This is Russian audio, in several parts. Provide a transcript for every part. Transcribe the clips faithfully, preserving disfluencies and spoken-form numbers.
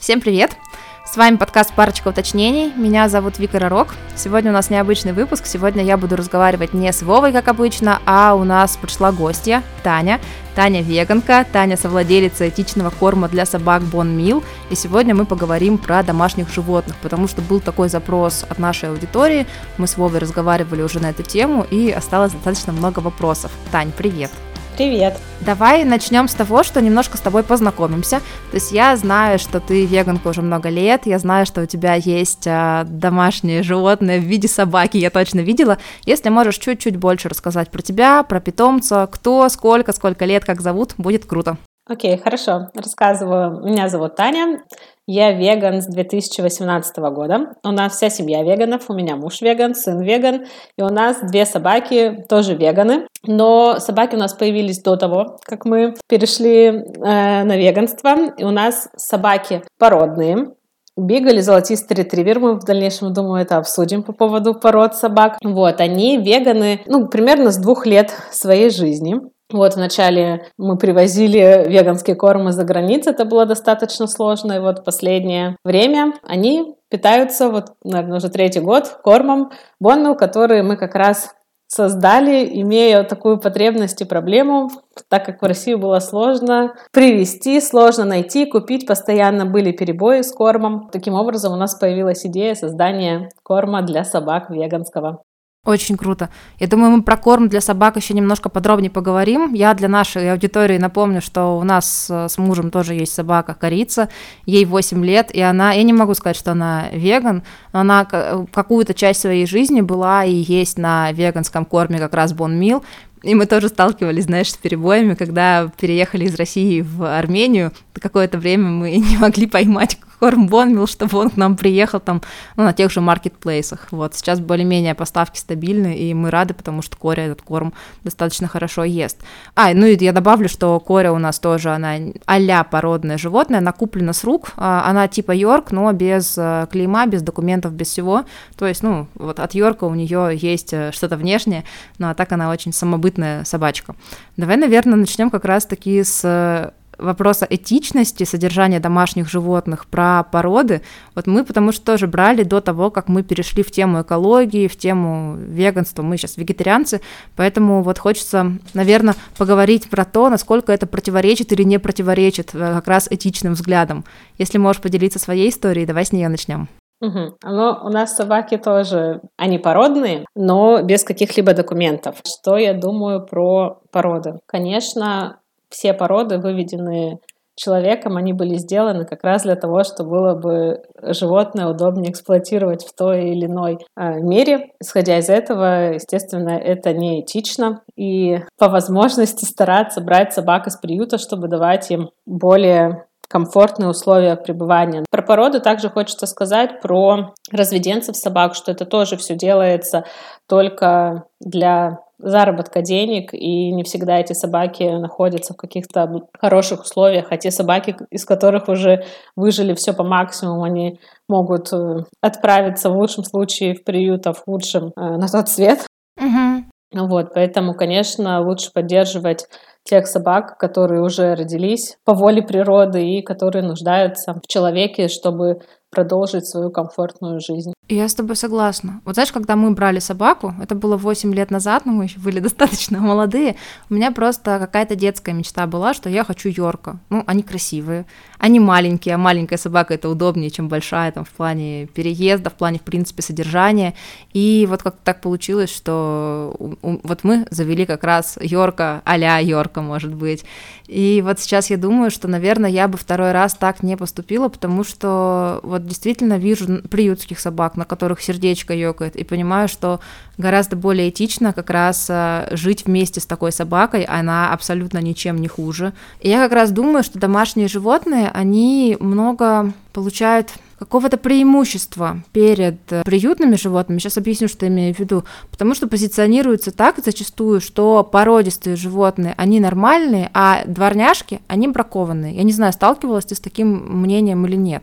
Всем привет! С вами подкаст «Парочка уточнений». Меня зовут Вика Ророк. Сегодня у нас необычный выпуск. Сегодня я буду разговаривать не с Вовой, как обычно, а у нас пришла гостья Таня. Таня веганка, Таня совладелица этичного корма для собак Bone Meal. И сегодня мы поговорим про домашних животных, потому что был такой запрос от нашей аудитории. Мы с Вовой разговаривали уже на эту тему, и осталось достаточно много вопросов. Тань, привет! Привет! Давай начнем с того, что немножко с тобой познакомимся. То есть я знаю, что ты веганка уже много лет, я знаю, что у тебя есть а, домашнее животное в виде собаки, я точно видела. Если можешь чуть-чуть больше рассказать про тебя, про питомца, кто, сколько, сколько лет, как зовут, будет круто. Окей, хорошо, рассказываю. Меня зовут Таня, я веган с две тысячи восемнадцатого года. У нас вся семья веганов, у меня муж веган, сын веган, и у нас две собаки тоже веганы. Но собаки у нас появились до того, как мы перешли э, на веганство, и у нас собаки породные. Бигель и золотистый ретривер, мы в дальнейшем, думаю, это обсудим по поводу пород собак. Вот, они веганы, ну, примерно с двух лет своей жизни. Вот вначале мы привозили веганский корм из-за границы, это было достаточно сложно, и вот последнее время они питаются, вот, наверное, уже третий год, кормом Bone Meal, который мы как раз создали, имея такую потребность и проблему, так как в Россию было сложно привезти, сложно найти, купить, постоянно были перебои с кормом. Таким образом, у нас появилась идея создания корма для собак веганского. Очень круто. Я думаю, мы про корм для собак еще немножко подробнее поговорим. Я для нашей аудитории напомню, что у нас с мужем тоже есть собака Корица, ей восемь лет, и она, я не могу сказать, что она веган, но она какую-то часть своей жизни была и есть на веганском корме как раз Bone Meal. И мы тоже сталкивались, знаешь, с перебоями, когда переехали из России в Армению. Какое-то время мы не могли поймать корм Bone Meal, чтобы он к нам приехал там, ну, на тех же маркетплейсах. Вот, сейчас более-менее поставки стабильны, и мы рады, потому что Коря этот корм достаточно хорошо ест. А, ну и я добавлю, что Коря у нас тоже, она а-ля породное животное, она куплена с рук, она типа Йорк, но без клейма, без документов, без всего. То есть, ну, вот от Йорка у нее есть что-то внешнее, но а так она очень самобытная собачка. Давай, наверное, начнем как раз-таки с вопроса этичности содержания домашних животных, про породы. Вот мы потому что тоже брали до того, как мы перешли в тему экологии, в тему веганства, мы сейчас вегетарианцы, поэтому вот хочется, наверное, поговорить про то, насколько это противоречит или не противоречит как раз этичным взглядам. Если можешь поделиться своей историей, давай с нее начнем. Угу. Ну, у нас собаки тоже, они породные, но без каких-либо документов. Что я думаю про породы? Конечно, все породы, выведенные человеком, они были сделаны как раз для того, чтобы было бы животное удобнее эксплуатировать в той или иной э, мере. Исходя из этого, естественно, это не этично. И по возможности стараться брать собак из приюта, чтобы давать им более комфортные условия пребывания. Про породу также хочется сказать про разведенцев собак, что это тоже все делается только для заработка денег, и не всегда эти собаки находятся в каких-то хороших условиях, а те собаки, из которых уже выжили все по максимуму, они могут отправиться в лучшем случае в приют, а в худшем на тот свет. Угу. Вот, поэтому, конечно, лучше поддерживать тех собак, которые уже родились по воле природы и которые нуждаются в человеке, чтобы продолжить свою комфортную жизнь. Я с тобой согласна. Вот знаешь, когда мы брали собаку, это было восемь лет назад, но мы еще были достаточно молодые, у меня просто какая-то детская мечта была, что я хочу Йорка. Ну, они красивые, они маленькие, а маленькая собака — это удобнее, чем большая, там, в плане переезда, в плане, в принципе, содержания. И вот как так получилось, что вот мы завели как раз Йорка, а-ля Йорка, может быть. И вот сейчас я думаю, что, наверное, я бы второй раз так не поступила, потому что вот действительно вижу приютских собак, на которых сердечко ёкает, и понимаю, что гораздо более этично как раз жить вместе с такой собакой, она абсолютно ничем не хуже. И я как раз думаю, что домашние животные, они много получают какого-то преимущества перед приютными животными. Сейчас объясню, что имею в виду. Потому что позиционируется так зачастую, что породистые животные, они нормальные, а дворняжки, они бракованные. Я не знаю, сталкивалась ты с таким мнением или нет.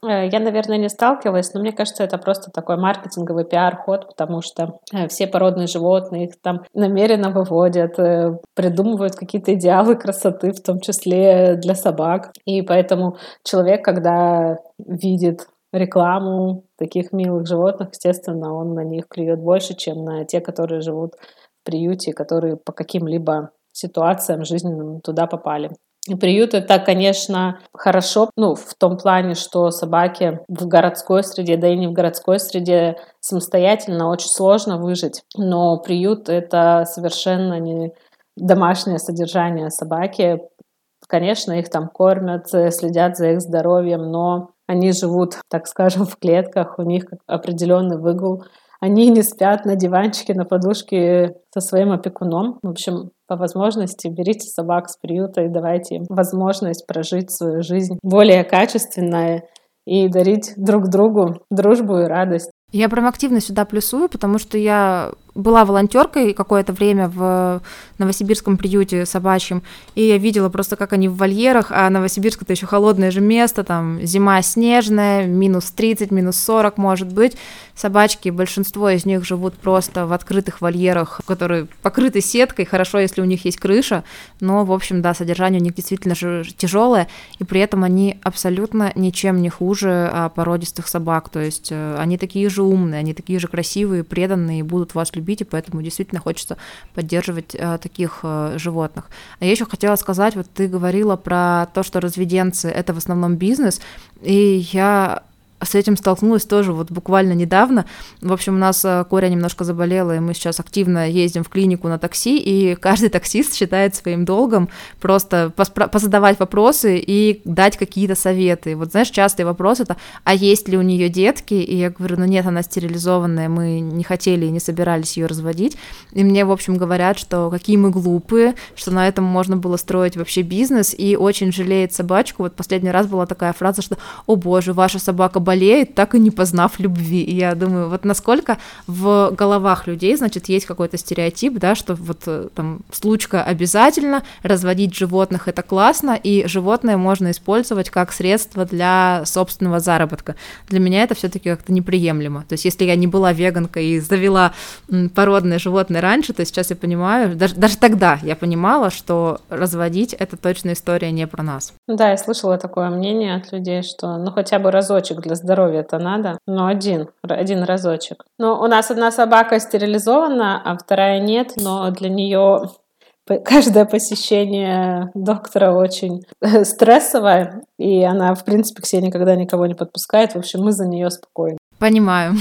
Я, наверное, не сталкивалась, но мне кажется, это просто такой маркетинговый пиар-ход, потому что все породные животные их там намеренно выводят, придумывают какие-то идеалы красоты, в том числе для собак. И поэтому человек, когда видит рекламу таких милых животных, естественно, он на них клюет больше, чем на те, которые живут в приюте, которые по каким-либо ситуациям жизненным туда попали. И приют — это, конечно, хорошо, ну, в том плане, что собаки в городской среде, да и не в городской среде, самостоятельно очень сложно выжить. Но приют — это совершенно не домашнее содержание собаки. Конечно, их там кормят, следят за их здоровьем, но они живут, так скажем, в клетках, у них определенный выгул. Они не спят на диванчике, на подушке со своим опекуном. В общем, по возможности берите собак с приюта и давайте им возможность прожить свою жизнь более качественно и дарить друг другу дружбу и радость. Я прям активно сюда плюсую, потому что я была волонтеркой какое-то время в новосибирском приюте собачьем, и я видела просто, как они в вольерах, а Новосибирск — это еще холодное же место, там зима снежная, минус тридцать, минус сорок может быть. Собачки, большинство из них живут просто в открытых вольерах, которые покрыты сеткой, хорошо, если у них есть крыша, но, в общем, да, содержание у них действительно же тяжелое, и при этом они абсолютно ничем не хуже породистых собак, то есть они такие же умные, они такие же красивые, преданные, и будут вас любить, и поэтому действительно хочется поддерживать э, таких э, животных. А я еще хотела сказать, вот ты говорила про то, что разведенцы — это в основном бизнес, и я с этим столкнулась тоже вот буквально недавно. В общем, у нас Коря немножко заболела, и мы сейчас активно ездим в клинику на такси, и каждый таксист считает своим долгом просто поспро- позадавать вопросы и дать какие-то советы. Вот знаешь, частый вопрос — это: а есть ли у нее детки? И я говорю: ну нет, она стерилизованная, мы не хотели и не собирались ее разводить. И мне, в общем, говорят, что какие мы глупые, что на этом можно было строить вообще бизнес, и очень жалеет собачку. Вот последний раз была такая фраза, что: о боже, ваша собака болеет, так и не познав любви. И я думаю, вот насколько в головах людей, значит, есть какой-то стереотип, да, что вот там случка обязательно, разводить животных — это классно, и животное можно использовать как средство для собственного заработка. Для меня это все-таки как-то неприемлемо. То есть если я не была веганкой и завела породное животное раньше, то сейчас я понимаю, даже, даже тогда я понимала, что разводить — это точно история не про нас. Да, я слышала такое мнение от людей, что ну хотя бы разочек для здоровья это надо, но один, один разочек. Но у нас одна собака стерилизована, а вторая нет, но для нее каждое посещение доктора очень стрессовое, и она, в принципе, к себе никогда никого не подпускает. В общем, мы за нее спокойны. Понимаю.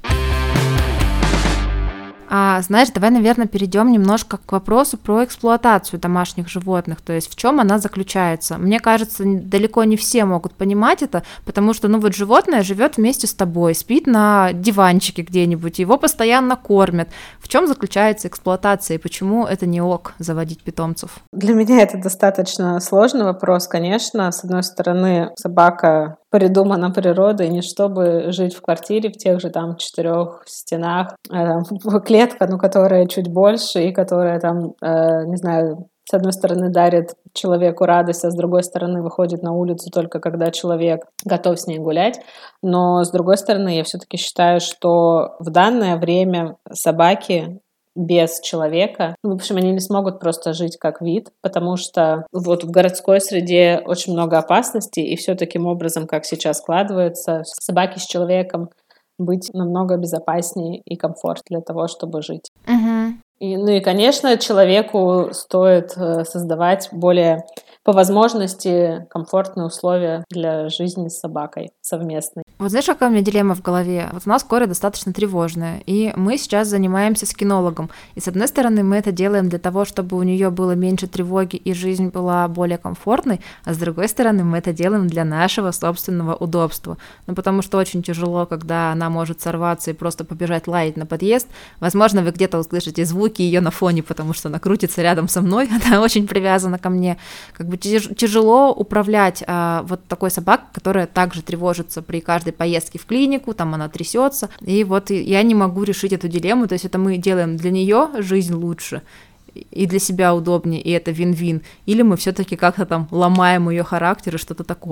А, знаешь, давай, наверное, перейдем немножко к вопросу про эксплуатацию домашних животных, то есть в чем она заключается. Мне кажется, далеко не все могут понимать это, потому что, ну вот, животное живет вместе с тобой, спит на диванчике где-нибудь, его постоянно кормят. В чем заключается эксплуатация и почему это не ок заводить питомцев? Для меня это достаточно сложный вопрос, конечно. С одной стороны, собака придумана природой не чтобы жить в квартире в тех же там четырех стенах, э, клетка, ну, которая чуть больше и которая там, э, не знаю, с одной стороны дарит человеку радость, а с другой стороны выходит на улицу только когда человек готов с ней гулять. Но с другой стороны, я все-таки считаю, что в данное время собаки без человека, ну, в общем, они не смогут просто жить как вид, потому что вот в городской среде очень много опасностей, и все таким образом, как сейчас складывается, собаки с человеком быть намного безопаснее и комфортнее для того, чтобы жить. Угу. И, ну и, конечно, человеку стоит создавать более, по возможности, комфортные условия для жизни с собакой совместной. Вот знаешь, какая у меня дилемма в голове? Вот у нас Коря достаточно тревожная, и мы сейчас занимаемся с кинологом. И с одной стороны, мы это делаем для того, чтобы у нее было меньше тревоги и жизнь была более комфортной, а с другой стороны, мы это делаем для нашего собственного удобства. Ну, потому что очень тяжело, когда она может сорваться и просто побежать лаять на подъезд. Возможно, вы где-то услышите звуки ее на фоне, потому что она крутится рядом со мной, она очень привязана ко мне. Как бы тяжело управлять а, вот такой собакой, которая также тревожится при каждой поездки в клинику, там она трясется, и вот я не могу решить эту дилемму, то есть это мы делаем для нее жизнь лучше и для себя удобнее, и это вин-вин, или мы все-таки как-то там ломаем ее характер и что-то такое.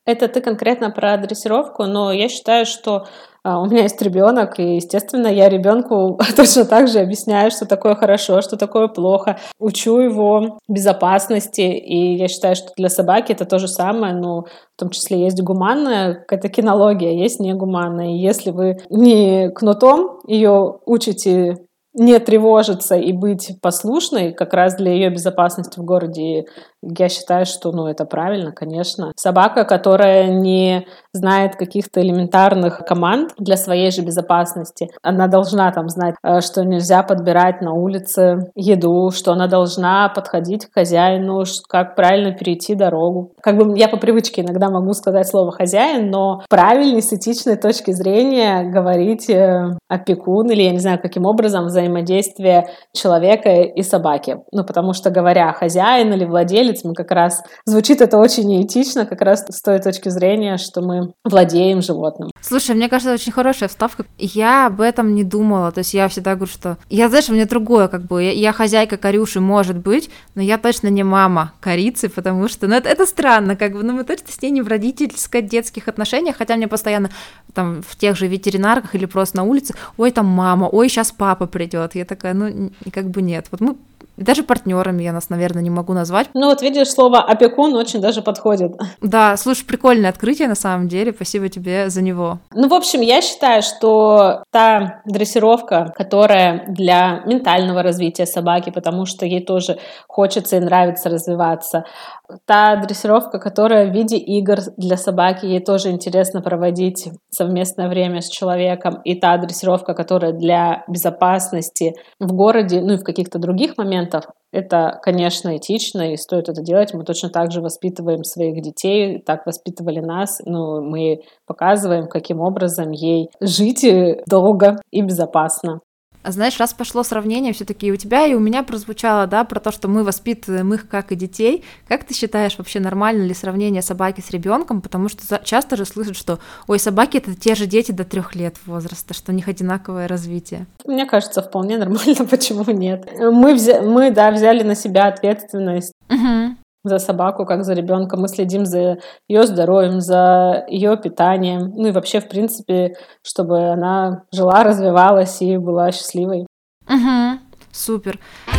Это ты конкретно про дрессировку, но я считаю, что а, у меня есть ребенок, и, естественно, я ребенку точно так же объясняю, что такое хорошо, что такое плохо, учу его безопасности, и я считаю, что для собаки это то же самое, но в том числе есть гуманная какая-то кинология, есть негуманная, и если вы не кнутом ее учите не тревожиться и быть послушной как раз для ее безопасности в городе, я считаю, что ну, это правильно, конечно. Собака, которая не знает каких-то элементарных команд для своей же безопасности, она должна там знать, что нельзя подбирать на улице еду, что она должна подходить к хозяину, как правильно перейти дорогу. Как бы я по привычке иногда могу сказать слово «хозяин», но правильно, с этичной точки зрения говорить опекун или, я не знаю, каким образом взаимодействие человека и собаки. Ну, потому что, говоря хозяин или владелец, мы как раз... Звучит это очень неэтично, как раз с той точки зрения, что мы владеем животным. Слушай, мне кажется, это очень хорошая вставка. Я об этом не думала. То есть я всегда говорю, что... Я, знаешь, у меня другое, как бы... Я, я хозяйка Корюши, может быть, но я точно не мама корицы, потому что... Ну, это, это странно, как бы... Ну, мы точно с ней не в родительско-детских отношениях, хотя мне постоянно там в тех же ветеринарках или просто на улице: ой, там мама, ой, сейчас папа придет. Я такая, ну, как бы нет. Вот мы... Даже партнерами я нас, наверное, не могу назвать. Ну вот видишь, слово опекун очень даже подходит. Да, слушай, прикольное открытие на самом деле, спасибо тебе за него. Ну, в общем, я считаю, что та дрессировка, которая для ментального развития собаки, потому что ей тоже хочется и нравится развиваться, та дрессировка, которая в виде игр для собаки, ей тоже интересно проводить совместное время с человеком, и та дрессировка, которая для безопасности в городе, ну и в каких-то других моментах, это, конечно, этично, и стоит это делать. Мы точно так же воспитываем своих детей, так воспитывали нас. Ну, мы показываем, каким образом ей жить долго и безопасно. А знаешь, раз пошло сравнение, все-таки у тебя и у меня прозвучало, да, про то, что мы воспитываем их как и детей. Как ты считаешь, вообще нормально ли сравнение собаки с ребенком? Потому что часто же слышат, что ой, собаки это те же дети до трех лет возраста, что у них одинаковое развитие. Мне кажется, вполне нормально, почему нет? Мы, взя... мы да, взяли на себя ответственность. Угу. За собаку, как за ребенка. Мы следим за ее здоровьем, за ее питанием. Ну и вообще, в принципе, чтобы она жила, развивалась и была счастливой. Угу. Супер.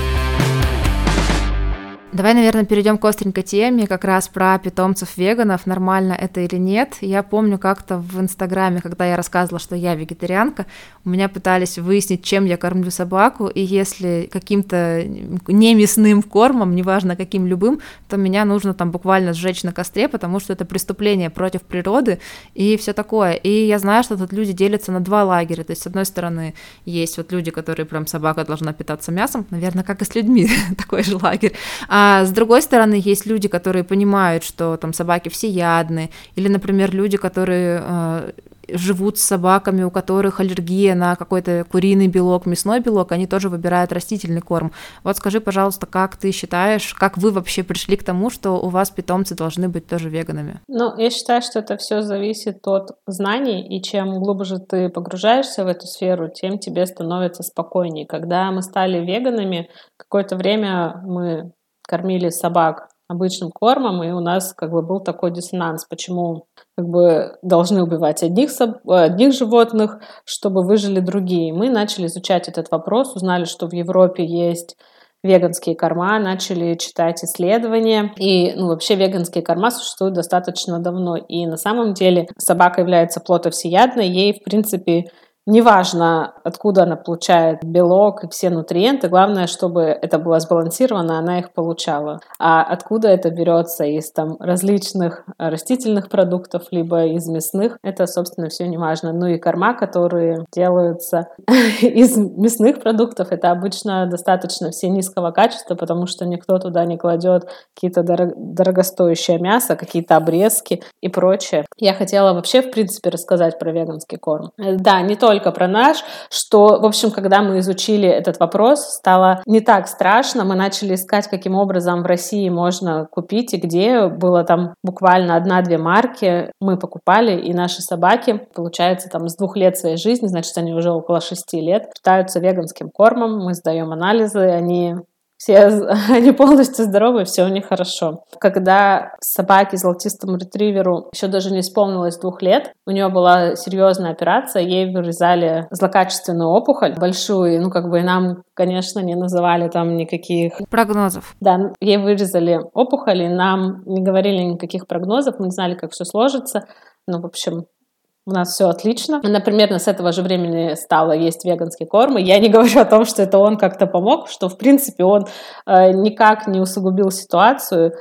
Давай, наверное, перейдем к остренькой теме, как раз про питомцев-веганов, нормально это или нет. Я помню как-то в Инстаграме, когда я рассказывала, что я вегетарианка, у меня пытались выяснить, чем я кормлю собаку, и если каким-то не мясным кормом, неважно каким любым, то меня нужно там буквально сжечь на костре, потому что это преступление против природы и все такое. И я знаю, что тут люди делятся на два лагеря, то есть с одной стороны есть вот люди, которые прям собака должна питаться мясом, наверное, как и с людьми, такой же лагерь. А с другой стороны, есть люди, которые понимают, что там собаки всеядны, или, например, люди, которые э, живут с собаками, у которых аллергия на какой-то куриный белок, мясной белок, они тоже выбирают растительный корм. Вот скажи, пожалуйста, как ты считаешь, как вы вообще пришли к тому, что у вас питомцы должны быть тоже веганами? Ну, я считаю, что это все зависит от знаний, и чем глубже ты погружаешься в эту сферу, тем тебе становится спокойнее. Когда мы стали веганами, какое-то время мы кормили собак обычным кормом, и у нас как бы был такой диссонанс, почему как бы должны убивать одних, одних животных, чтобы выжили другие. Мы начали изучать этот вопрос, узнали, что в Европе есть веганские корма, начали читать исследования, и ну, вообще веганские корма существуют достаточно давно, и на самом деле собака является плотовсеядной, ей в принципе неважно, откуда она получает белок и все нутриенты, главное, чтобы это было сбалансировано, она их получала. А откуда это берется из там различных растительных продуктов, либо из мясных, это, собственно, все неважно. Ну и корма, которые делаются из мясных продуктов, это обычно достаточно все низкого качества, потому что никто туда не кладет какие-то дорого- дорогостоящее мясо, какие-то обрезки и прочее. Я хотела вообще, в принципе, рассказать про веганский корм. Да, не то только про наш, что, в общем, когда мы изучили этот вопрос, стало не так страшно, мы начали искать, каким образом в России можно купить и где, было там буквально одна-две марки, мы покупали, и наши собаки, получается, там с двух лет своей жизни, значит, они уже около шести лет, питаются веганским кормом, мы сдаем анализы, они все они полностью здоровы, все у них хорошо. Когда собаке золотистому ретриверу еще даже не исполнилось двух лет, у нее была серьезная операция, ей вырезали злокачественную опухоль большую, ну как бы и нам, конечно, не называли там никаких прогнозов. Да, ей вырезали опухоль, и нам не говорили никаких прогнозов, мы не знали, как все сложится. Ну, в общем, у нас все отлично. Она примерно с этого же времени стала есть веганский корм. И я не говорю о том, что это он как-то помог, что, в принципе, он э, никак не усугубил ситуацию.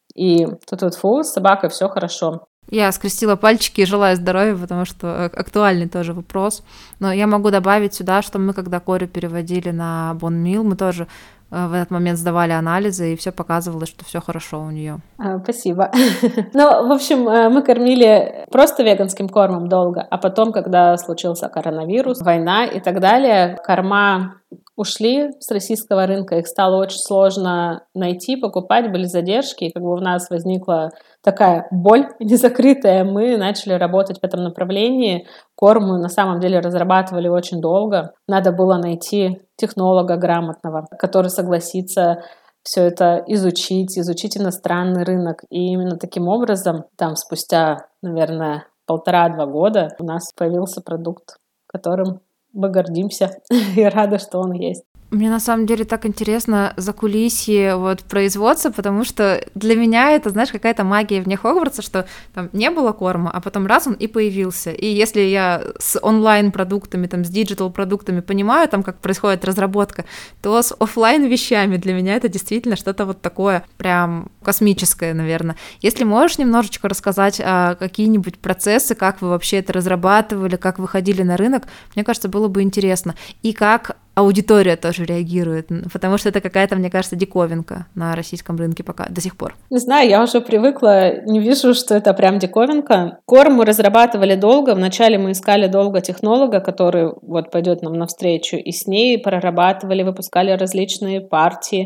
И тут-тут-фу, с собакой все хорошо. Я скрестила пальчики и желаю здоровья, потому что актуальный тоже вопрос. Но я могу добавить сюда, что мы, когда Корю переводили на Бонмил, мы тоже в этот момент сдавали анализы, и все показывало, что все хорошо у нее. А, спасибо. Ну, в общем, мы кормили просто веганским кормом долго, а потом, когда случился коронавирус, война и так далее, корма ушли с российского рынка, их стало очень сложно найти, покупать, были задержки, и как бы у нас возникла такая боль незакрытая, мы начали работать в этом направлении. Корм мы на самом деле разрабатывали очень долго. Надо было найти технолога грамотного, который согласится все это изучить, изучить иностранный рынок. И именно таким образом, там спустя, наверное, полтора-два года у нас появился продукт, которым мы гордимся и рады, что он есть. Мне на самом деле так интересно закулисье вот производства, потому что для меня это, знаешь, какая-то магия вне Хогвартса, что там не было корма, а потом раз он и появился. И если я с онлайн-продуктами, там, с диджитал-продуктами понимаю, там, как происходит разработка, то с офлайн-вещами для меня это действительно что-то вот такое прям космическое, наверное. Если можешь немножечко рассказать а, какие-нибудь процессы, как вы вообще это разрабатывали, как выходили на рынок, мне кажется, было бы интересно. И как аудитория тоже реагирует, потому что это какая-то, мне кажется, диковинка на российском рынке пока до сих пор. Не знаю, я уже привыкла, не вижу, что это прям диковинка. Корм мы разрабатывали долго, вначале мы искали долго технолога, который вот пойдет нам навстречу, и с ней прорабатывали, выпускали различные партии,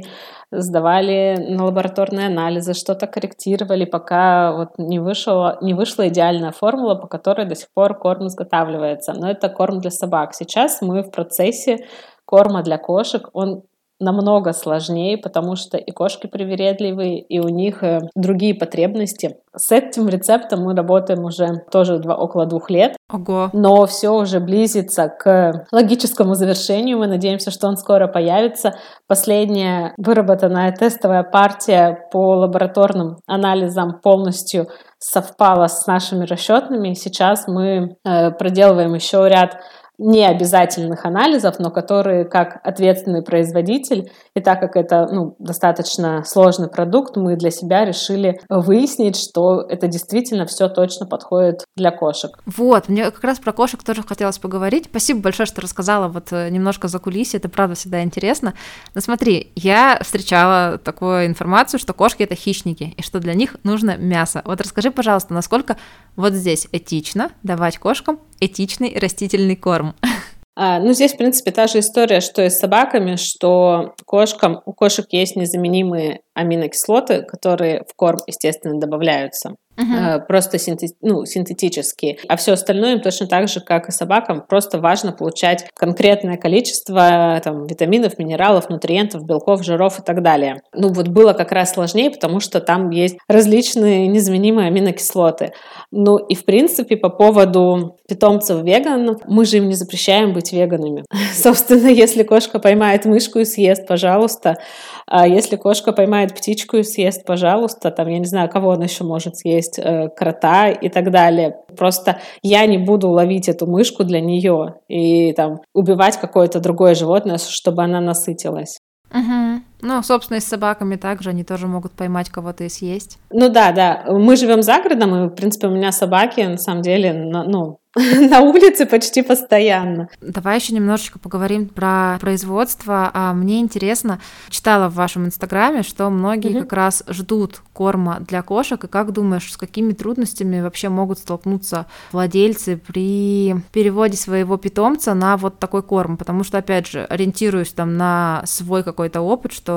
сдавали на лабораторные анализы, что-то корректировали, пока вот не вышла, не вышла идеальная формула, по которой до сих пор корм изготавливается. Но это корм для собак. Сейчас мы в процессе корма для кошек. Он намного сложнее, потому что и кошки привередливые, и у них другие потребности. С этим рецептом мы работаем уже тоже два, около двух лет. Ого. Но все уже близится к логическому завершению. Мы надеемся, что он скоро появится. Последняя выработанная тестовая партия по лабораторным анализам полностью совпала с нашими расчетными. Сейчас мы э, проделываем еще ряд необязательных анализов, но которые как ответственный производитель, и так как это ну, достаточно сложный продукт, мы для себя решили выяснить, что это действительно все точно подходит для кошек. Вот, мне как раз про кошек тоже хотелось поговорить. Спасибо большое, что рассказала вот немножко за кулисье, это правда всегда интересно. Но смотри, я встречала такую информацию, что кошки — это хищники, и что для них нужно мясо. Вот расскажи, пожалуйста, насколько вот здесь этично давать кошкам этичный растительный корм? А, ну, здесь, в принципе, та же история, что и с собаками, что кошкам, у кошек есть незаменимые аминокислоты, которые в корм, естественно, добавляются. Uh-huh. Просто синтет, ну, синтетические. А все остальное им точно так же, как и собакам, просто важно получать конкретное количество там, витаминов, минералов, нутриентов, белков, жиров и так далее. Ну вот было как раз сложнее, потому что там есть различные незаменимые аминокислоты. Ну и в принципе по поводу питомцев веганов, мы же им не запрещаем быть веганами. Собственно, если кошка поймает мышку и съест, пожалуйста. А если кошка поймает птичку и съест, пожалуйста, там, я не знаю, кого она еще может съесть, э, крота и так далее. Просто я не буду ловить эту мышку для нее и там убивать какое-то другое животное, чтобы она насытилась. Угу. Ну, собственно, и с собаками также, они тоже могут поймать кого-то и съесть. Ну да, да. Мы живем за городом, и, в принципе, у меня собаки, на самом деле, ну, на улице почти постоянно. Давай еще немножечко поговорим про производство. Мне интересно, читала в вашем инстаграме, что многие угу. как раз ждут корма для кошек, и как думаешь, с какими трудностями вообще могут столкнуться владельцы при переводе своего питомца на вот такой корм? Потому что, опять же, ориентируюсь там на свой какой-то опыт, что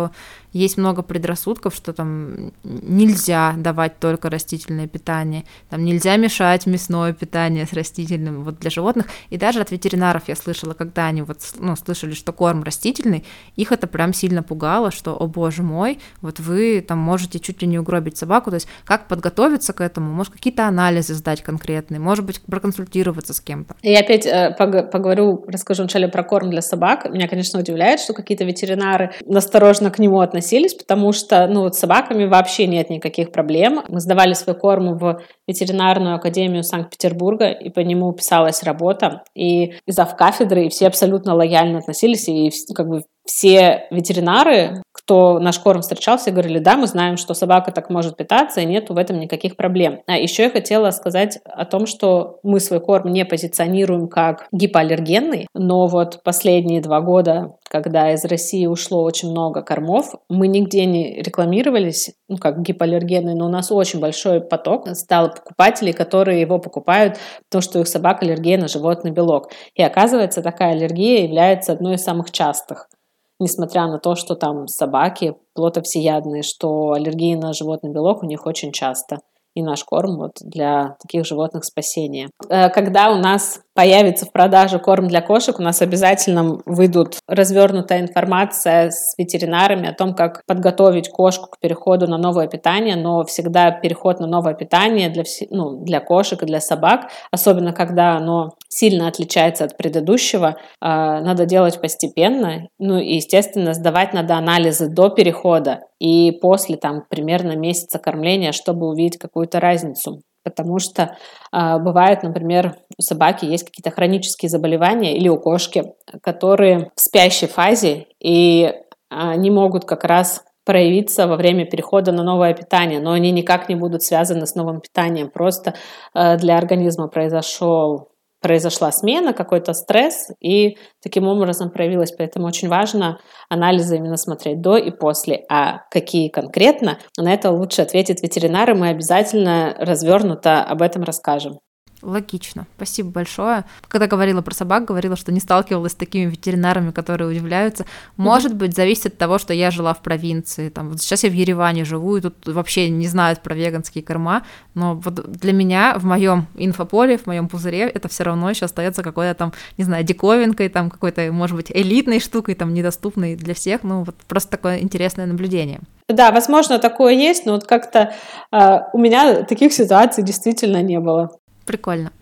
есть много предрассудков, что там нельзя давать только растительное питание, там нельзя мешать мясное питание с растительным вот для животных. И даже от ветеринаров я слышала, когда они вот, ну, слышали, что корм растительный, их это прям сильно пугало, что, о боже мой, вот вы там можете чуть ли не угробить собаку. То есть как подготовиться к этому, может, какие-то анализы сдать конкретные, может быть, проконсультироваться с кем-то. Я опять э, поговорю, расскажу вначале про корм для собак. Меня, конечно, удивляет, что какие-то ветеринары настороженно к нему относились, потому что, ну, вот с собаками вообще нет никаких проблем. Мы сдавали свой корм в ветеринарную академию Санкт-Петербурга, и по нему писалась работа, и завкафедры, и все абсолютно лояльно относились, и как бы все ветеринары, кто наш корм встречал, все говорили, да, мы знаем, что собака так может питаться, и нету в этом никаких проблем. А еще я хотела сказать о том, что мы свой корм не позиционируем как гипоаллергенный, но вот последние два года, когда из России ушло очень много кормов, мы нигде не рекламировались, ну, как гипоаллергенный, но у нас очень большой поток стал покупателей, которые его покупают, потому что у их собак аллергия на животный белок. И оказывается, такая аллергия является одной из самых частых. Несмотря на то, что там собаки плотовсеядные, что аллергии на животный белок у них очень часто. И наш корм вот для таких животных спасение. Когда у нас появится в продаже корм для кошек, у нас обязательно выйдут развернутая информация с ветеринарами о том, как подготовить кошку к переходу на новое питание, но всегда переход на новое питание для, ну, для кошек и для собак, особенно когда оно сильно отличается от предыдущего, надо делать постепенно, ну и, естественно, сдавать надо анализы до перехода и после там примерно месяца кормления, чтобы увидеть какую-то разницу. Потому что э, бывает, например, у собаки есть какие-то хронические заболевания или у кошки, которые в спящей фазе, и они могут как раз проявиться во время перехода на новое питание, но они никак не будут связаны с новым питанием. Просто э, для организма произошел произошла смена, какой-то стресс, и таким образом проявилась. Поэтому очень важно анализы именно смотреть до и после. А какие конкретно, на это лучше ответит ветеринар, и мы обязательно развернуто об этом расскажем. Логично. Спасибо большое. Когда говорила про собак, говорила, что не сталкивалась с такими ветеринарами, которые удивляются. Может mm-hmm. быть, зависит от того, что я жила в провинции. Там, вот сейчас я в Ереване живу, и тут вообще не знают про веганские корма. Но вот для меня в моем инфополе, в моем пузыре это все равно еще остается какой-то там, не знаю, диковинкой, там какой-то, может быть, элитной штукой, там недоступной для всех. Ну, вот просто такое интересное наблюдение. Да, возможно, такое есть, но вот как-то э, у меня таких ситуаций действительно не было. Прикольно.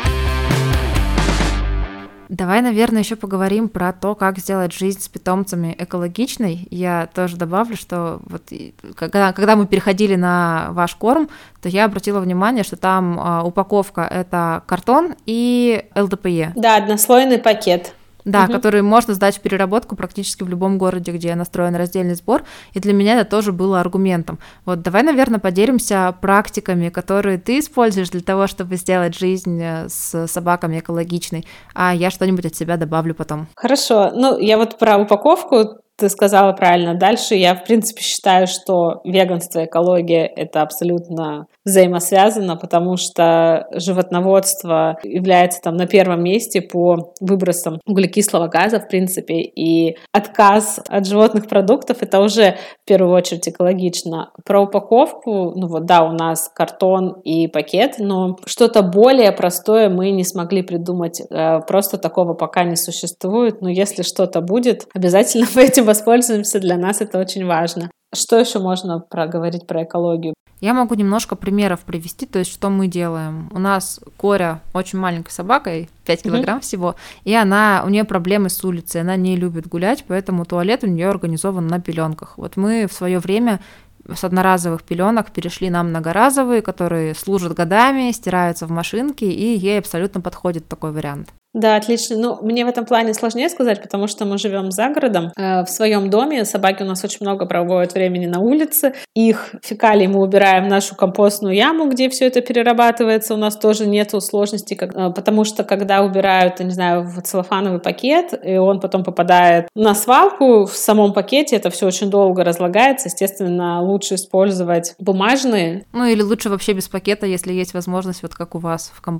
Давай, наверное, еще поговорим про то, как сделать жизнь с питомцами экологичной. Я тоже добавлю, что вот когда, когда мы переходили на ваш корм, то я обратила внимание, что там а, упаковка — это картон и эл дэ пэ е. Да, однослойный пакет. Да, угу. Который можно сдать в переработку практически в любом городе, где настроен раздельный сбор, и для меня это тоже было аргументом. Вот давай, наверное, поделимся практиками, которые ты используешь для того, чтобы сделать жизнь с собаками экологичной, а я что-нибудь от себя добавлю потом. Хорошо, ну я вот про упаковку ты сказала правильно. Дальше я, в принципе, считаю, что веганство и экология — это абсолютно взаимосвязано, потому что животноводство является там на первом месте по выбросам углекислого газа, в принципе, и отказ от животных продуктов — это уже в первую очередь экологично. Про упаковку, ну вот да, у нас картон и пакет, но что-то более простое мы не смогли придумать. Просто такого пока не существует, но если что-то будет, обязательно мы этим воспользуемся, для нас это очень важно. Что еще можно проговорить про экологию? Я могу немножко примеров привести, то есть что мы делаем. У нас Коря очень маленькая собака, пять килограмм mm-hmm. всего, и она, у нее проблемы с улицей, она не любит гулять, поэтому туалет у нее организован на пеленках. Вот мы в свое время с одноразовых пеленок перешли на многоразовые, которые служат годами, стираются в машинке, и ей абсолютно подходит такой вариант. Да, отлично. Ну, мне в этом плане сложнее сказать, потому что мы живем за городом. Э, в своем доме собаки у нас очень много проводят времени на улице. Их фекалии мы убираем в нашу компостную яму, где все это перерабатывается. У нас тоже нету сложностей, как, э, потому что когда убирают, не знаю, в целлофановый пакет, и он потом попадает на свалку, в самом пакете это все очень долго разлагается. Естественно, лучше использовать бумажные. Ну, или лучше вообще без пакета, если есть возможность, вот как у вас, в компост.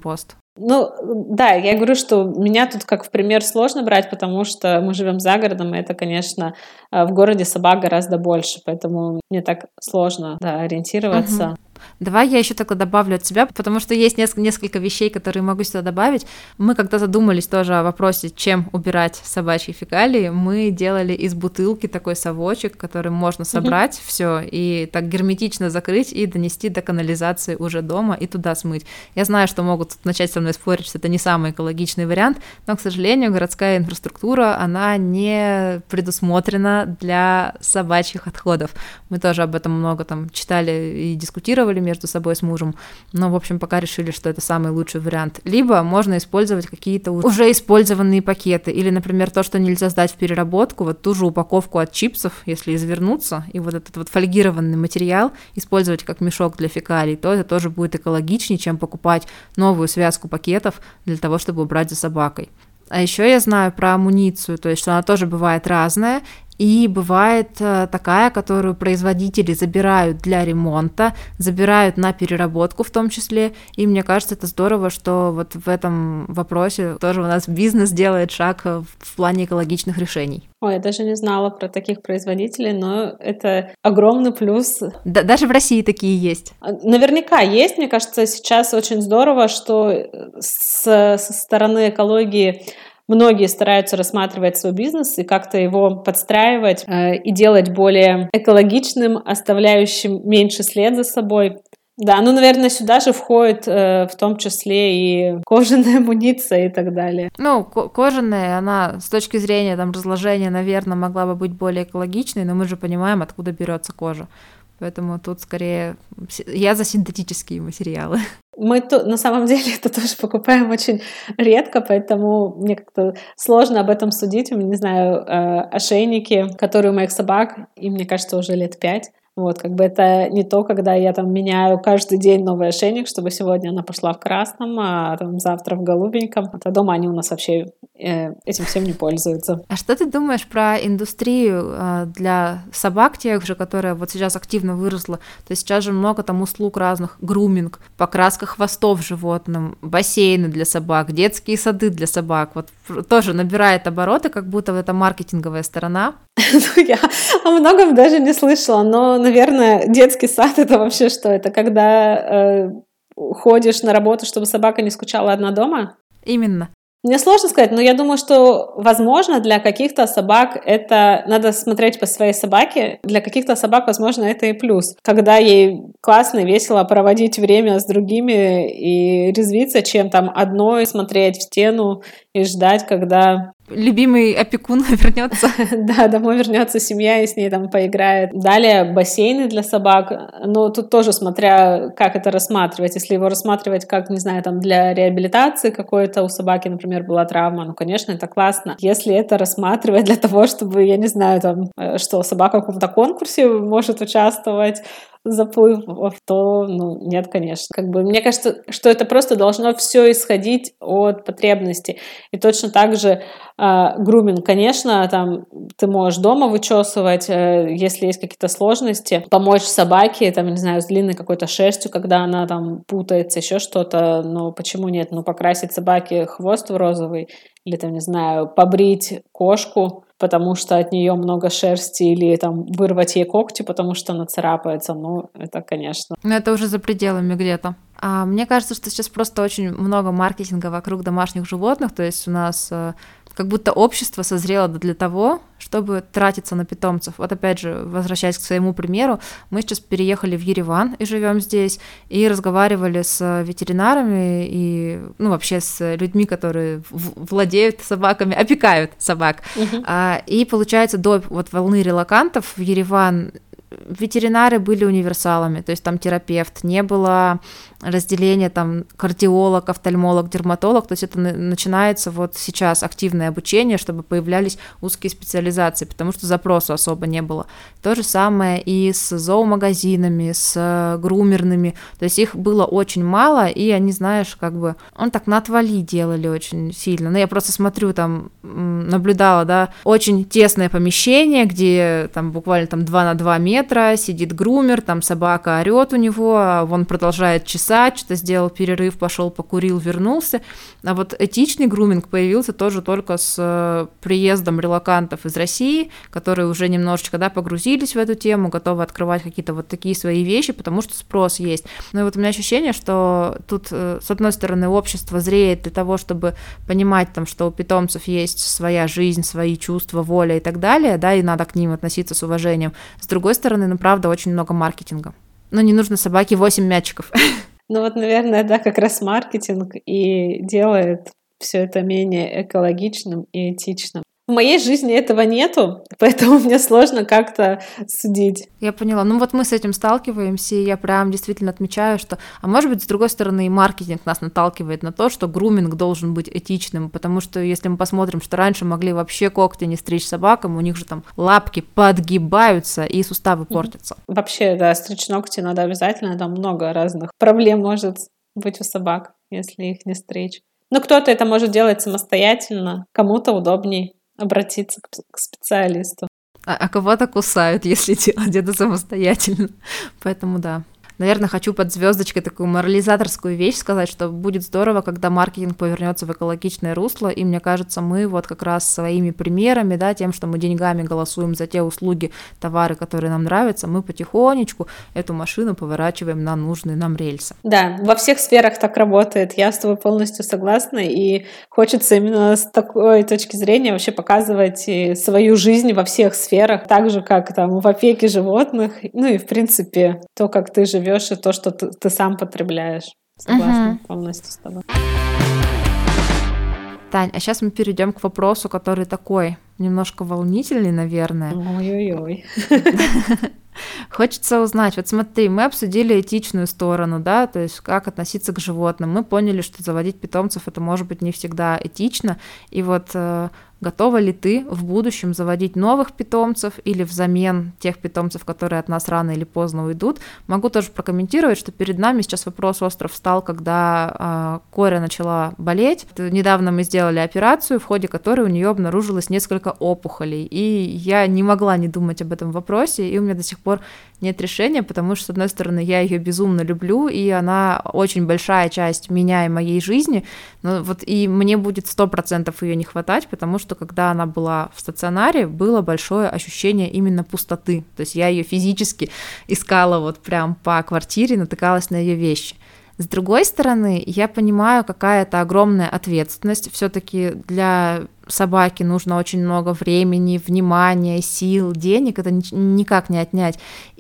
Ну, да, я говорю, что меня тут как в пример сложно брать, потому что мы живем за городом, и это, конечно, в городе собак гораздо больше, поэтому мне так сложно, да, ориентироваться. Угу. Давай я еще тогда добавлю от себя, потому что есть несколько, несколько вещей, которые могу сюда добавить. Мы когда задумались тоже о вопросе, чем убирать собачьи фекалии, мы делали из бутылки такой совочек, который можно собрать mm-hmm. все и так герметично закрыть и донести до канализации уже дома и туда смыть. Я знаю, что могут начать со мной спорить, что это не самый экологичный вариант, но, к сожалению, городская инфраструктура, она не предусмотрена для собачьих отходов. Мы тоже об этом много там читали и дискутировали между собой с мужем, но, в общем, пока решили, что это самый лучший вариант. Либо можно использовать какие-то уже использованные пакеты, или, например, то, что нельзя сдать в переработку, вот ту же упаковку от чипсов, если извернуться, и вот этот вот фольгированный материал использовать как мешок для фекалий, то это тоже будет экологичнее, чем покупать новую связку пакетов для того, чтобы убрать за собакой. А еще я знаю про амуницию, то есть что она тоже бывает разная, и бывает такая, которую производители забирают для ремонта, забирают на переработку в том числе, и мне кажется, это здорово, что вот в этом вопросе тоже у нас бизнес делает шаг в плане экологичных решений. Ой, я даже не знала про таких производителей, но это огромный плюс. Да, даже в России такие есть. Наверняка есть. Мне кажется, сейчас очень здорово, что с, со стороны экологии многие стараются рассматривать свой бизнес и как-то его подстраивать э, и делать более экологичным, оставляющим меньше след за собой. Да, ну, наверное, сюда же входит э, в том числе и кожаная амуниция и так далее. Ну, ко- кожаная, она с точки зрения там, разложения, наверное, могла бы быть более экологичной, но мы же понимаем, откуда берется кожа. Поэтому тут скорее я за синтетические материалы. Мы то, на самом деле это тоже покупаем очень редко, поэтому мне как-то сложно об этом судить. У меня, не знаю, э, ошейники, которые у моих собак, им, мне кажется, уже лет пять. Вот, как бы это не то, когда я там меняю каждый день новый ошейник, чтобы сегодня она пошла в красном, а там завтра в голубеньком. А дома они у нас вообще э, этим всем не пользуются. А что ты думаешь про индустрию э, для собак тех же, которая вот сейчас активно выросла? То есть сейчас же много там услуг разных, груминг, покраска хвостов животным, бассейны для собак, детские сады для собак. Вот тоже набирает обороты, как будто это маркетинговая сторона. Ну, я о многом даже не слышала, но, наверное, детский сад — это вообще что? Это когда э, ходишь на работу, чтобы собака не скучала одна дома? Именно. Мне сложно сказать, но я думаю, что, возможно, для каких-то собак это... Надо смотреть по своей собаке. Для каких-то собак, возможно, это и плюс. Когда ей классно и весело проводить время с другими и резвиться, чем там одной смотреть в стену и ждать, когда... Любимый опекун вернется. Да, домой вернется семья и с ней там поиграет. Далее бассейны для собак. Но тут тоже смотря, как это рассматривать. Если его рассматривать как, не знаю, там для реабилитации какой-то у собаки, например, была травма, ну, конечно, это классно. Если это рассматривать для того, чтобы, я не знаю, там, что собака в каком-то конкурсе может участвовать, заплывов, то, ну, нет, конечно. Как бы, мне кажется, что это просто должно все исходить от потребностей. И точно так же э, груминг, конечно, там ты можешь дома вычесывать, э, если есть какие-то сложности, помочь собаке, там, не знаю, с длинной какой-то шерстью, когда она там путается, еще что-то, но почему нет? Ну, покрасить собаке хвост в розовый, или, там, не знаю, побрить кошку, потому что от нее много шерсти, или там вырвать ей когти, потому что она царапается, ну, это, конечно. Но это уже за пределами где-то. А мне кажется, что сейчас просто очень много маркетинга вокруг домашних животных, то есть у нас э, как будто общество созрело для того, чтобы тратиться на питомцев. Вот опять же, возвращаясь к своему примеру, мы сейчас переехали в Ереван и живем здесь, и разговаривали с ветеринарами и, ну, вообще с людьми, которые в- владеют собаками, опекают собак. Uh-huh. А, и получается, до вот волны релокантов в Ереван ветеринары были универсалами, то есть там терапевт, не было разделения там кардиолог, офтальмолог, дерматолог, то есть это начинается вот сейчас активное обучение, чтобы появлялись узкие специализации, потому что запроса особо не было. То же самое и с зоомагазинами, с грумерными, то есть их было очень мало, и они, знаешь, как бы, он так на отвали делали очень сильно, но я просто смотрю, там, наблюдала, да, очень тесное помещение, где там буквально там два на два метра, утро, сидит грумер, там собака орет у него, он продолжает чесать, что-то сделал перерыв, пошел покурил, вернулся. А вот этичный груминг появился тоже только с приездом релокантов из России, которые уже немножечко, да, погрузились в эту тему, готовы открывать какие-то вот такие свои вещи, потому что спрос есть. Ну и вот у меня ощущение, что тут, с одной стороны, общество зреет для того, чтобы понимать, там, что у питомцев есть своя жизнь, свои чувства, воля и так далее, да, и надо к ним относиться с уважением. С другой стороны, ну, правда, очень много маркетинга. Но не нужно собаке восемь мячиков. Ну вот, наверное, да, как раз маркетинг и делает все это менее экологичным и этичным. В моей жизни этого нету, поэтому мне сложно как-то судить. Я поняла. Ну вот мы с этим сталкиваемся, и я прям действительно отмечаю, что, а может быть, с другой стороны, и маркетинг нас наталкивает на то, что груминг должен быть этичным, потому что если мы посмотрим, что раньше могли вообще когти не стричь собакам, у них же там лапки подгибаются и суставы портятся. Вообще, да, стричь ногти надо обязательно, там много разных проблем может быть у собак, если их не стричь. Но кто-то это может делать самостоятельно, кому-то удобней обратиться к, к специалисту. А, а кого-то кусают, если делать это самостоятельно. Поэтому да. Наверное, хочу под звездочкой такую морализаторскую вещь сказать, что будет здорово, когда маркетинг повернется в экологичное русло, и мне кажется, мы вот как раз своими примерами, да, тем, что мы деньгами голосуем за те услуги, товары, которые нам нравятся, мы потихонечку эту машину поворачиваем на нужные нам рельсы. Да, во всех сферах так работает, я с тобой полностью согласна, и хочется именно с такой точки зрения вообще показывать свою жизнь во всех сферах, так же, как там в опеке животных, ну и в принципе то, как ты живешь, и то, что ты, ты сам потребляешь. Согласна uh-huh. полностью с тобой. Тань, а сейчас мы перейдем к вопросу, который такой немножко волнительный, наверное. Ой-ой-ой. Хочется узнать, вот смотри, мы обсудили этичную сторону, да, то есть как относиться к животным. Мы поняли, что заводить питомцев это может быть не всегда этично. И вот э, готова ли ты в будущем заводить новых питомцев или взамен тех питомцев, которые от нас рано или поздно уйдут? Могу тоже прокомментировать, что перед нами сейчас вопрос остро встал, когда э, Коря начала болеть. Недавно мы сделали операцию, в ходе которой у нее обнаружилось несколько опухолей. И я не могла не думать об этом вопросе, и у меня до сих пор нет решения, потому что, с одной стороны, я ее безумно люблю, и она очень большая часть меня и моей жизни, но вот и мне будет сто процентов ее не хватать, потому что, когда она была в стационаре, было большое ощущение именно пустоты, то есть я ее физически искала вот прям по квартире, натыкалась на ее вещи. С другой стороны, я понимаю, какая это огромная ответственность. Все-таки для собаки нужно очень много времени, внимания, сил, денег. Это никак не отнять.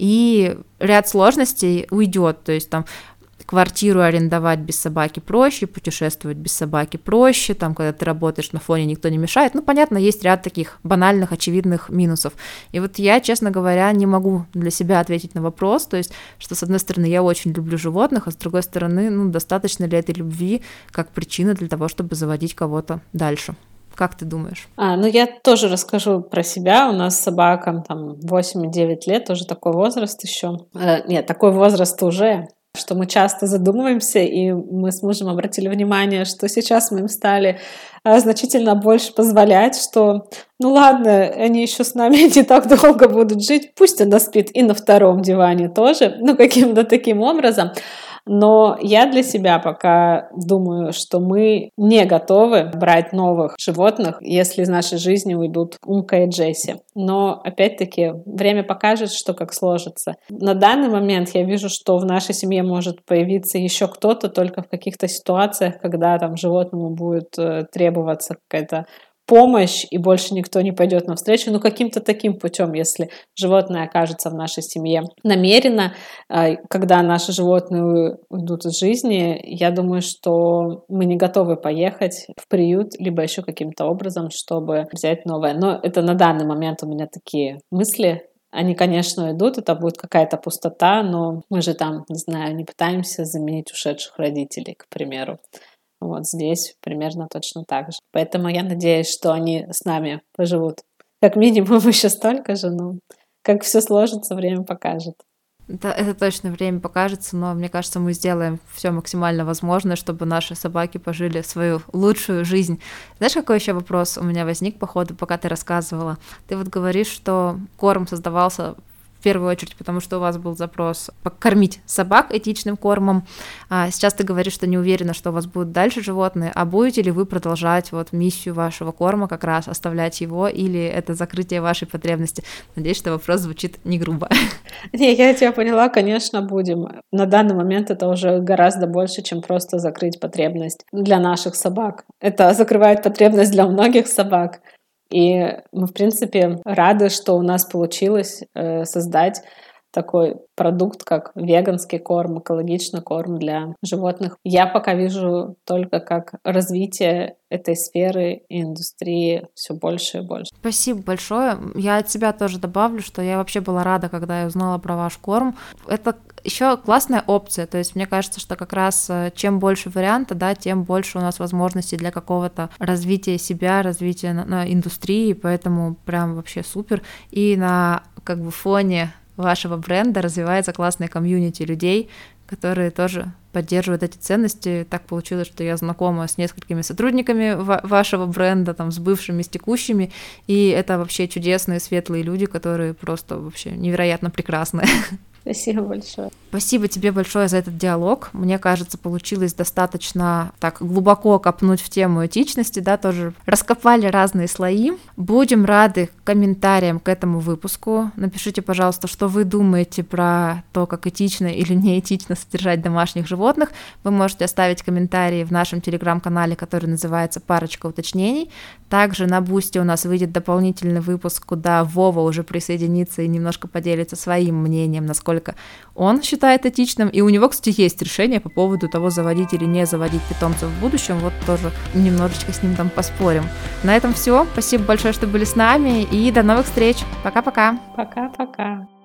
И ряд сложностей уйдет. То есть там квартиру арендовать без собаки проще, путешествовать без собаки проще, там, когда ты работаешь на фоне, никто не мешает. Ну, понятно, есть ряд таких банальных, очевидных минусов. И вот я, честно говоря, не могу для себя ответить на вопрос, то есть, что, с одной стороны, я очень люблю животных, а с другой стороны, ну, достаточно ли этой любви как причина для того, чтобы заводить кого-то дальше? Как ты думаешь? А, ну я тоже расскажу про себя. У нас собакам там восемь-девять лет, тоже такой возраст еще. Э, нет, такой возраст уже, что мы часто задумываемся, и мы с мужем обратили внимание, что сейчас мы им стали значительно больше позволять, что ну ладно, они еще с нами не так долго будут жить, пусть она спит и на втором диване тоже, ну каким-то таким образом. Но я для себя пока думаю, что мы не готовы брать новых животных, если из нашей жизни уйдут Умка и Джесси. Но, опять-таки, время покажет, что как сложится. На данный момент я вижу, что в нашей семье может появиться еще кто-то только в каких-то ситуациях, когда там животному будет э, требоваться какая-то помощь, и больше никто не пойдет навстречу, ну каким-то таким путем, если животное окажется в нашей семье намеренно, когда наши животные уйдут из жизни, я думаю, что мы не готовы поехать в приют, либо еще каким-то образом, чтобы взять новое. Но это на данный момент у меня такие мысли. Они, конечно, идут, это будет какая-то пустота, но мы же там, не знаю, не пытаемся заменить ушедших родителей, к примеру. Вот здесь примерно точно так же. Поэтому я надеюсь, что они с нами поживут. Как минимум еще столько же, но как все сложится, время покажет. Это, это точно время покажется, но мне кажется, мы сделаем все максимально возможное, чтобы наши собаки пожили свою лучшую жизнь. Знаешь, какой еще вопрос у меня возник по ходу, пока ты рассказывала? Ты вот говоришь, что корм создавался в первую очередь, потому что у вас был запрос покормить собак этичным кормом. А сейчас ты говоришь, что не уверена, что у вас будут дальше животные, а будете ли вы продолжать вот миссию вашего корма, как раз оставлять его, или это закрытие вашей потребности? Надеюсь, что вопрос звучит не грубо. Не, я тебя поняла, конечно, будем. На данный момент это уже гораздо больше, чем просто закрыть потребность для наших собак. Это закрывает потребность для многих собак. И мы, в принципе, рады, что у нас получилось э, создать такой продукт, как веганский корм, экологичный корм для животных. Я пока вижу только как развитие этой сферы и индустрии все больше и больше. Спасибо большое. Я от себя тоже добавлю, что я вообще была рада, когда я узнала про ваш корм. Это еще классная опция, то есть мне кажется, что как раз чем больше варианта, да, тем больше у нас возможностей для какого-то развития себя, развития на, на индустрии, поэтому прям вообще супер. И на как бы фоне вашего бренда развивается классная комьюнити людей, которые тоже поддерживают эти ценности. Так получилось, что я знакома с несколькими сотрудниками ва- вашего бренда, там, с бывшими, с текущими, и это вообще чудесные, светлые люди, которые просто вообще невероятно прекрасные. Спасибо большое. Спасибо тебе большое за этот диалог. Мне кажется, получилось достаточно так глубоко копнуть в тему этичности, да, тоже раскопали разные слои. Будем рады комментариям к этому выпуску. Напишите, пожалуйста, что вы думаете про то, как этично или неэтично содержать домашних животных. Вы можете оставить комментарии в нашем телеграм-канале, который называется «Парочка уточнений». Также на Бусти у нас выйдет дополнительный выпуск, куда Вова уже присоединится и немножко поделится своим мнением, насколько он считает этичным. И у него, кстати, есть решение по поводу того, заводить или не заводить питомцев в будущем. Вот тоже немножечко с ним там поспорим. На этом все. Спасибо большое, что были с нами, и до новых встреч. Пока-пока. Пока-пока.